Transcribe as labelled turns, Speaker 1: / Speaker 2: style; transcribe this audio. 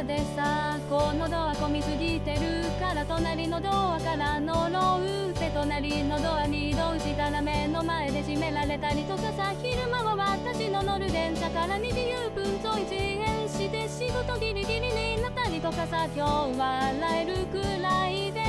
Speaker 1: 嫌でさ、このドア混みすぎてるから隣のドアから乗ろうって隣のドアに移動したら目の前で閉められたりとかさ、昼間は私の乗る電車から20分ちょい遅延して仕事ギリギリになったりとかさ、今日笑えるくらいで